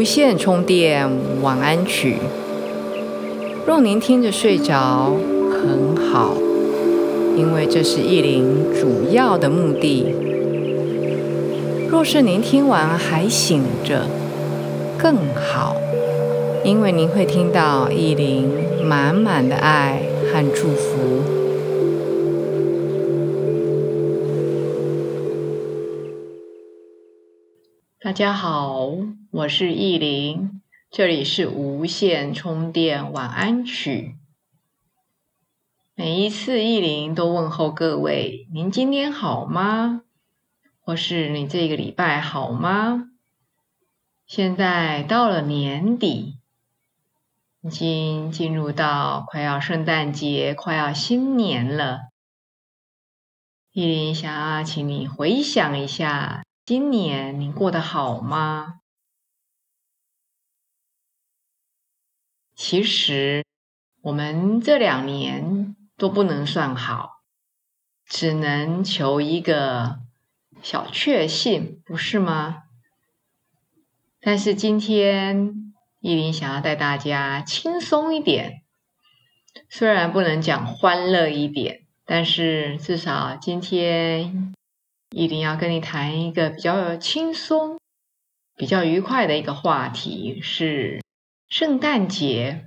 无线充电晚安曲，若您听着睡着很好，因为这是意林主要的目的。若是您听完还醒着更好，因为您会听到意林满满的爱和祝福。大家好，我是意林，这里是无线充电晚安曲。每一次意林都问候各位，您今天好吗？或是你这个礼拜好吗？现在到了年底，已经进入到快要圣诞节、快要新年了。意林想要请你回想一下，今年你过得好吗？其实我们这2年都不能算好，只能求一个小确幸，不是吗？但是今天意林想要带大家轻松一点，虽然不能讲欢乐一点，但是至少今天意林要跟你谈一个比较轻松、比较愉快的一个话题，是圣诞节。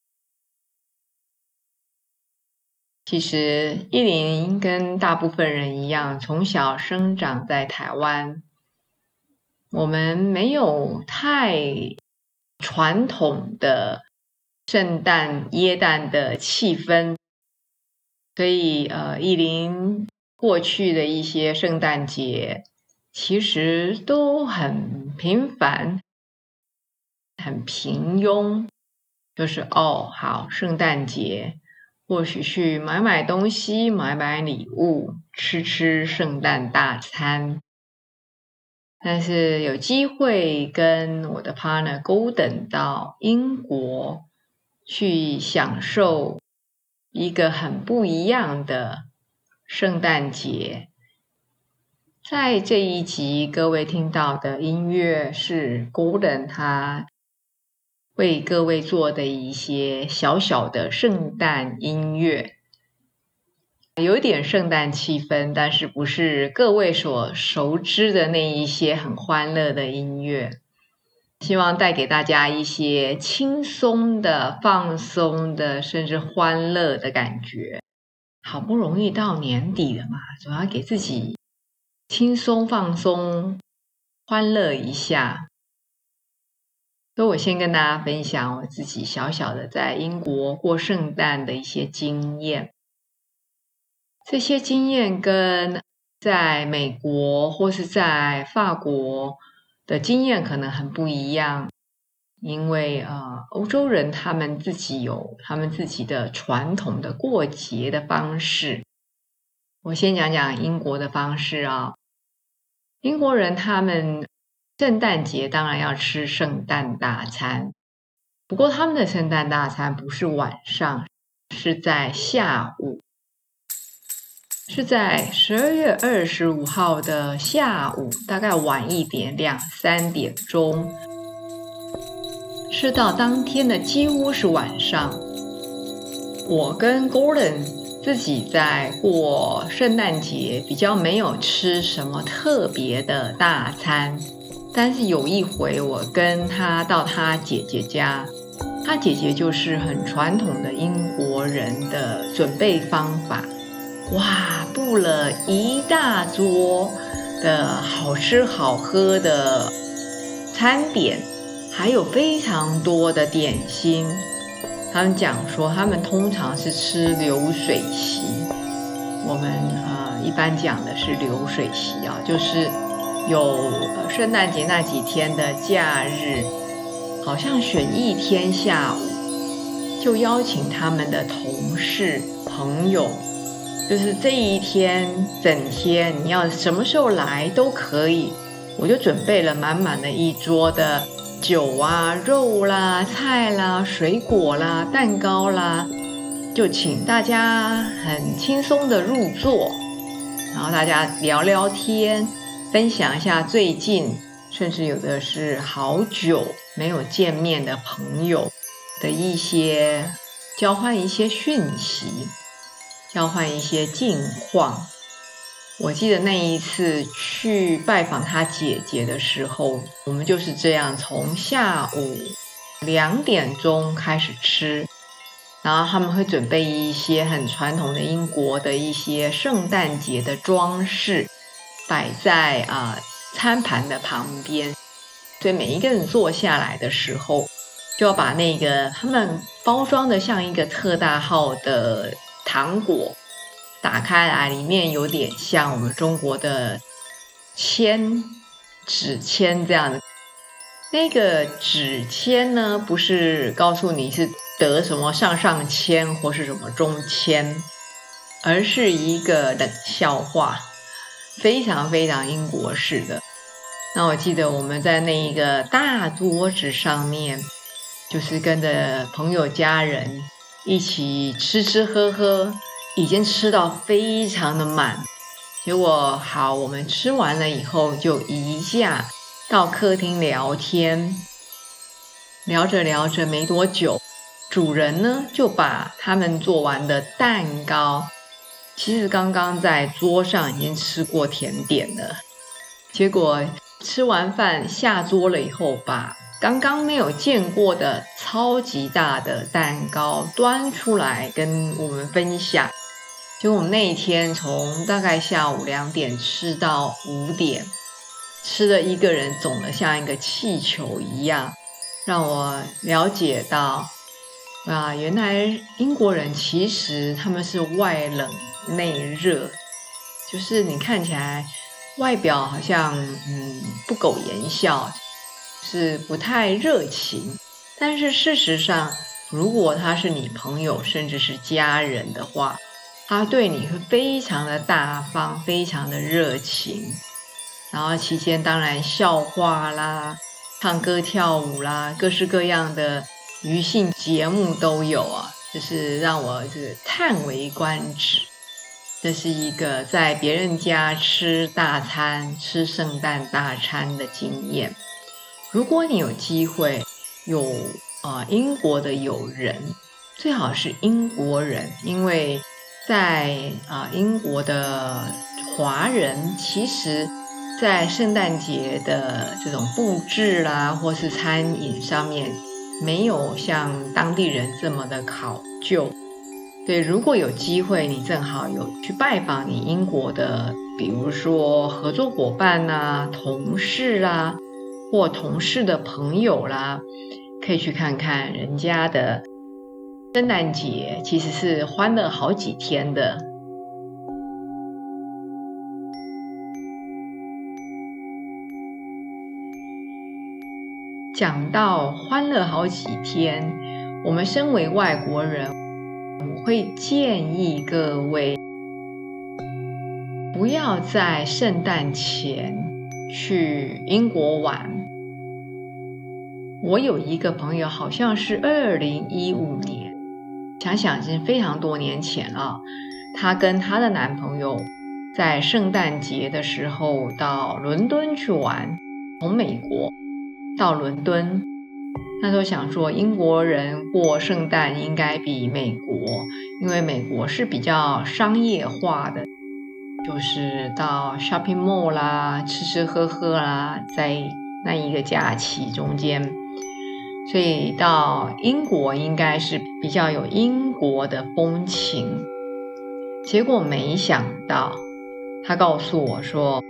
其实意林跟大部分人一样，从小生长在台湾，我们没有太传统的圣诞耶诞的气氛，所以意林过去的一些圣诞节其实都很平凡，很平庸，就是好，圣诞节或许去买东西，买礼物，吃圣诞大餐。但是有机会跟我的 partner Golden 到英国去享受一个很不一样的圣诞节。在这一集各位听到的音乐是 Golden 他为各位做的一些小小的圣诞音乐，有一点圣诞气氛，但是不是各位所熟知的那一些很欢乐的音乐。希望带给大家一些轻松的、放松的，甚至欢乐的感觉。好不容易到年底了嘛，总要给自己轻松放松、欢乐一下。所以我先跟大家分享我自己小小的在英国过圣诞的一些经验。这些经验跟在美国或是在法国的经验可能很不一样，因为欧洲人他们自己有他们自己的传统的过节的方式。我先讲讲英国的方式啊。英国人他们圣诞节当然要吃圣诞大餐，不过他们的圣诞大餐不是晚上，是在下午，是在12月25号的下午，大概晚一点2、3点钟，吃到当天的几乎是晚上。我跟 Gordon 自己在过圣诞节比较没有吃什么特别的大餐，但是有一回我跟他到他姐姐家，他姐姐就是很传统的英国人的准备方法，哇，布了一大桌的好吃好喝的餐点，还有非常多的点心。他们讲说他们通常是吃流水席，我们一般讲的是流水席啊，就是有圣诞节那几天的假日，好像选一天下午就邀请他们的同事朋友，就是这一天整天你要什么时候来都可以，我就准备了满满的一桌的酒啊、肉啦、菜啦、水果啦、蛋糕啦，就请大家很轻松的入座，然后大家聊聊天，分享一下最近，甚至有的是好久没有见面的朋友的一些交换一些讯息，交换一些近况。我记得那一次去拜访他姐姐的时候，我们就是这样从下午2点钟开始吃，然后他们会准备一些很传统的英国的一些圣诞节的装饰，摆在餐盘的旁边，所以每一个人坐下来的时候，就要把那个他们包装的像一个特大号的糖果打开来，里面有点像我们中国的纸签这样的。那个纸签呢，不是告诉你是得什么上签或是什么中签，而是一个冷笑话，非常非常英国式的。那我记得我们在那一个大桌子上面，就是跟着朋友家人一起吃喝喝，已经吃到非常的满。结果好，我们吃完了以后就移驾到客厅聊天，聊着聊着没多久，主人呢就把他们做完的蛋糕，其实刚刚在桌上已经吃过甜点了，结果吃完饭下桌了以后，把刚刚没有见过的超级大的蛋糕端出来跟我们分享。结果我们那一天从大概下午2点吃到5点，吃的一个人肿得像一个气球一样，让我了解到原来英国人其实他们是外冷内热，就是你看起来外表好像不苟言笑，是不太热情，但是事实上如果他是你朋友甚至是家人的话，他对你会非常的大方，非常的热情，然后期间当然笑话啦，唱歌跳舞啦，各式各样的娱性节目都有啊，就是让我叹为观止。这是一个在别人家吃大餐，吃圣诞大餐的经验。如果你有机会有英国的友人，最好是英国人，因为在英国的华人其实在圣诞节的这种布置啦或是餐饮上面没有像当地人这么的考究。对，如果有机会你正好有去拜访你英国的比如说合作伙伴啦、同事啦或同事的朋友啦，可以去看看人家的圣诞节其实是欢乐好几天的。讲到欢乐好几天，我们身为外国人，我会建议各位不要在圣诞前去英国玩。我有一个朋友好像是2015年，想想已经非常多年前了，她跟她的男朋友在圣诞节的时候到伦敦去玩，从美国到伦敦。那时候想说英国人过圣诞应该比美国，因为美国是比较商业化的，就是到 shopping mall 啦，吃喝喝啦，在那一个假期中间，所以到英国应该是比较有英国的风情。结果没想到他告诉我说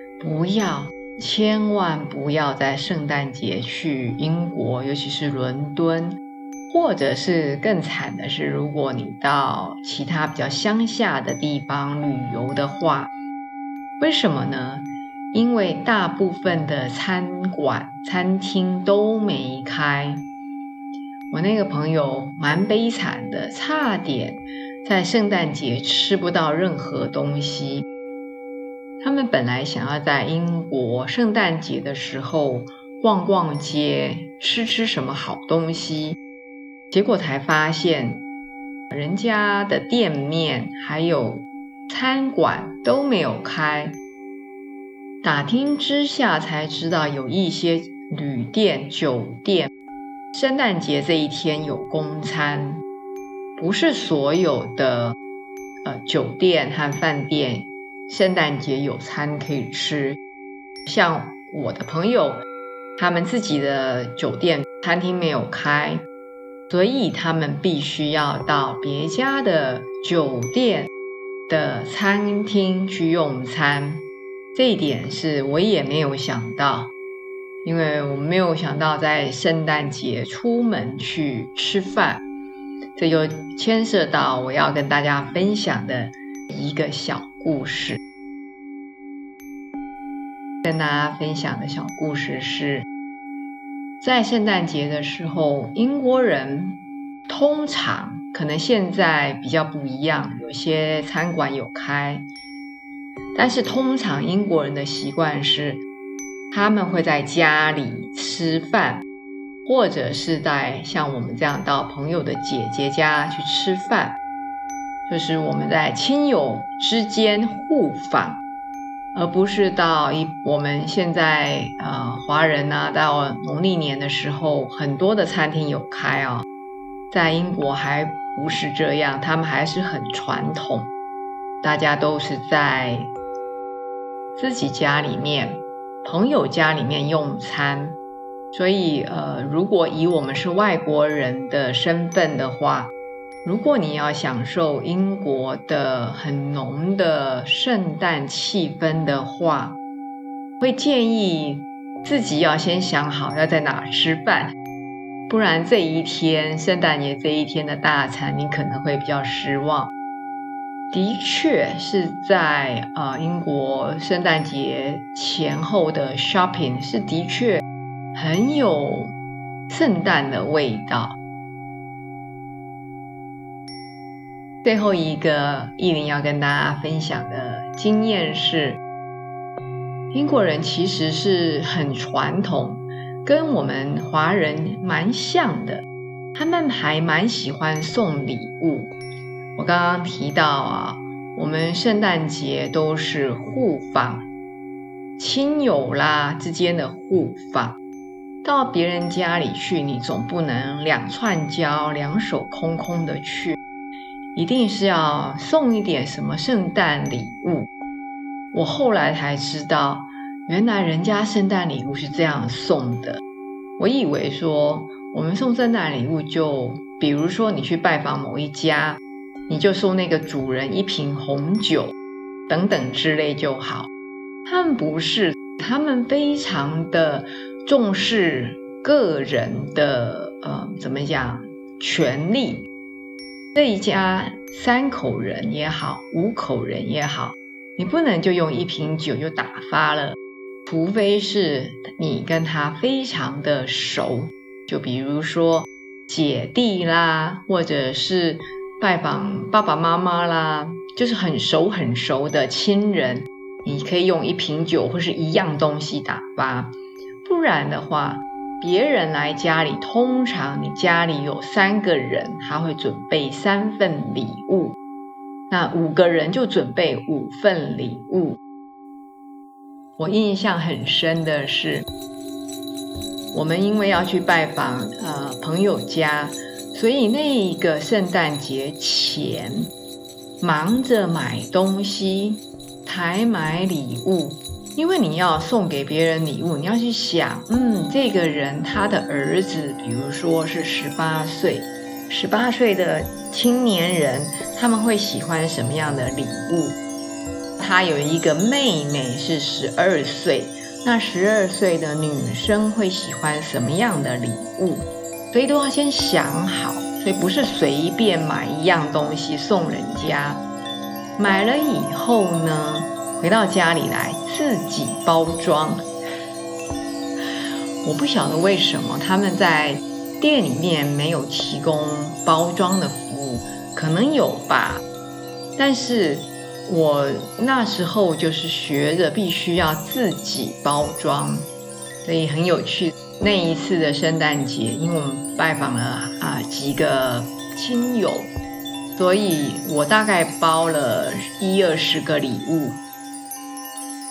千万不要在圣诞节去英国，尤其是伦敦，或者是更惨的是如果你到其他比较乡下的地方旅游的话。为什么呢？因为大部分的餐馆餐厅都没开。我那个朋友蛮悲惨的，差点在圣诞节吃不到任何东西。他们本来想要在英国圣诞节的时候逛逛街，吃什么好东西，结果才发现人家的店面还有餐馆都没有开。打听之下才知道有一些旅店、酒店，圣诞节这一天有供餐，不是所有的酒店和饭店圣诞节有餐可以吃。像我的朋友，他们自己的酒店餐厅没有开，所以他们必须要到别家的酒店的餐厅去用餐。这一点是我也没有想到，因为我没有想到在圣诞节出门去吃饭，这就牵涉到我要跟大家分享的一个小故事。跟大家分享的小故事是，在圣诞节的时候，英国人通常可能现在比较不一样，有些餐馆有开，但是通常英国人的习惯是他们会在家里吃饭，或者是在像我们这样到朋友的姐姐家去吃饭，就是我们在亲友之间互访，而不是到我们现在华人啊，到农历年的时候很多的餐厅有开啊，在英国还不是这样，他们还是很传统，大家都是在自己家里面、朋友家里面用餐。所以如果以我们是外国人的身份的话，如果你要享受英国的很浓的圣诞气氛的话，会建议自己要先想好要在哪吃饭，不然这一天圣诞节这一天的大餐你可能会比较失望。的确是在英国圣诞节前后的 shopping 是的确很有圣诞的味道。最后一个艺林要跟大家分享的经验是，英国人其实是很传统，跟我们华人蛮像的，他们还蛮喜欢送礼物。我刚刚提到我们圣诞节都是互访，亲友啦之间的互访，到别人家里去，你总不能两串交两手空空的去，一定是要送一点什么圣诞礼物。我后来才知道，原来人家圣诞礼物是这样送的。我以为说我们送圣诞礼物就比如说你去拜访某一家，你就送那个主人一瓶红酒等等之类就好。他们不是，他们非常的重视个人的怎么讲权利。这一家3口人也好，5口人也好，你不能就用一瓶酒就打发了，除非是你跟他非常的熟，就比如说姐弟啦，或者是拜访爸爸妈妈啦，就是很熟很熟的亲人，你可以用一瓶酒或是一样东西打发。不然的话，别人来家里，通常你家里有3个人，他会准备3份礼物，那5个人就准备5份礼物。我印象很深的是，我们因为要去拜访朋友家，所以那一个圣诞节前忙着买东西，才买礼物。因为你要送给别人礼物，你要去想这个人他的儿子比如说是18岁的青年人，他们会喜欢什么样的礼物。他有一个妹妹是12岁，那12岁的女生会喜欢什么样的礼物，所以都要先想好，所以不是随便买一样东西送人家。买了以后呢，回到家里来自己包装。我不晓得为什么他们在店里面没有提供包装的服务，可能有吧，但是我那时候就是学着必须要自己包装，所以很有趣。那一次的圣诞节，因为我们拜访了几个亲友，所以我大概包了10-20个礼物。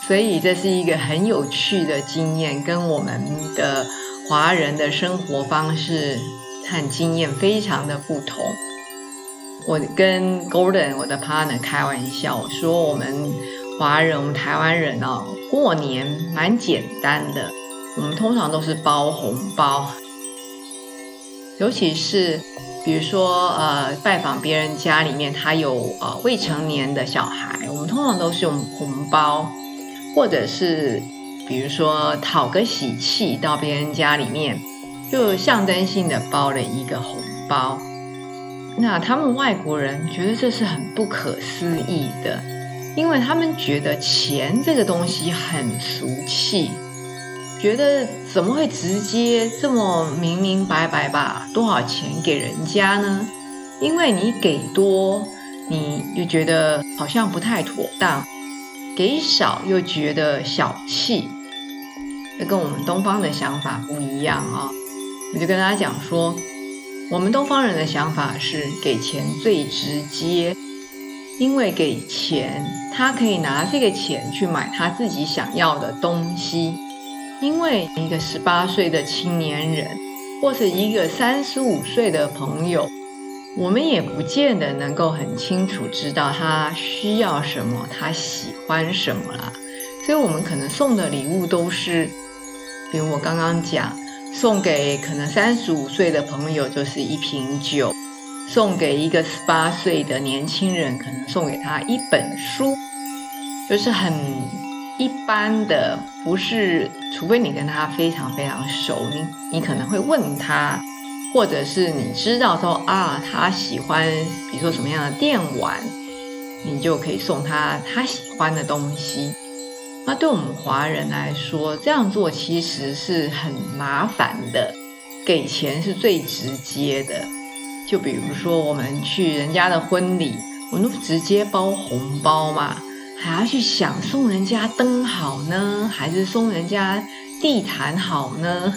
所以这是一个很有趣的经验，跟我们的华人的生活方式和经验非常的不同。我跟 Gordon 我的 partner 开玩笑，我说我们华人，我们台湾人过年蛮简单的，我们通常都是包红包，尤其是比如说拜访别人家里面，他有未成年的小孩，我们通常都是用红包，或者是比如说讨个喜气，到别人家里面就象征性的包了一个红包。那他们外国人觉得这是很不可思议的，因为他们觉得钱这个东西很俗气，觉得怎么会直接这么明明白白把多少钱给人家呢？因为你给多，你就觉得好像不太妥当，给少又觉得小气，这跟我们东方的想法不一样我就跟大家讲说，我们东方人的想法是给钱最直接，因为给钱他可以拿这个钱去买他自己想要的东西。因为一个18岁的青年人，或是一个35岁的朋友，我们也不见得能够很清楚知道他需要什么，他喜欢什么啦。所以我们可能送的礼物都是，比如我刚刚讲，送给可能35岁的朋友就是一瓶酒，送给一个18岁的年轻人，可能送给他一本书，就是很一般的，不是，除非你跟他非常非常熟，你可能会问他，或者是你知道说他喜欢比如说什么样的电玩，你就可以送他喜欢的东西。那对我们华人来说，这样做其实是很麻烦的，给钱是最直接的。就比如说我们去人家的婚礼，我们都直接包红包嘛，还要去想送人家灯好呢，还是送人家地毯好呢？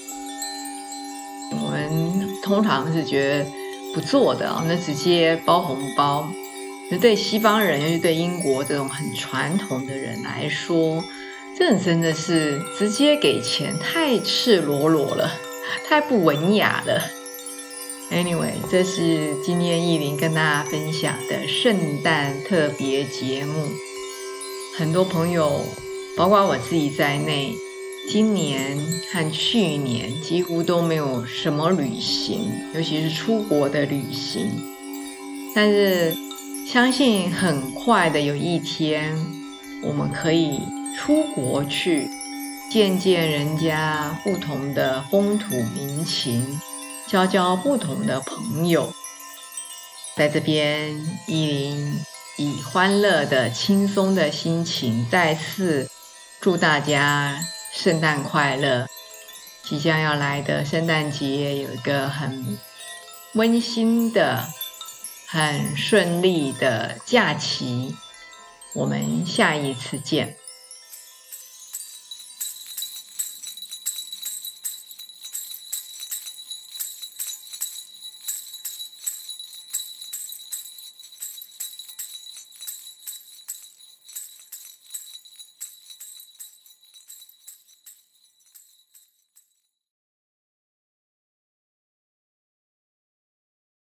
我们通常是觉得不做的那直接包红包。对西方人，尤其对英国这种很传统的人来说，这真的是直接给钱，太赤裸裸了，太不文雅了。Anyway， 这是今天艺林跟大家分享的圣诞特别节目。很多朋友，包括我自己在内，今年和去年几乎都没有什么旅行，尤其是出国的旅行。但是相信很快的有一天，我们可以出国去见见人家不同的风土民情，交交不同的朋友。在这边，艺林以欢乐的轻松的心情再次祝大家圣诞快乐。即将要来的圣诞节有一个很温馨的很顺利的假期，我们下一次见。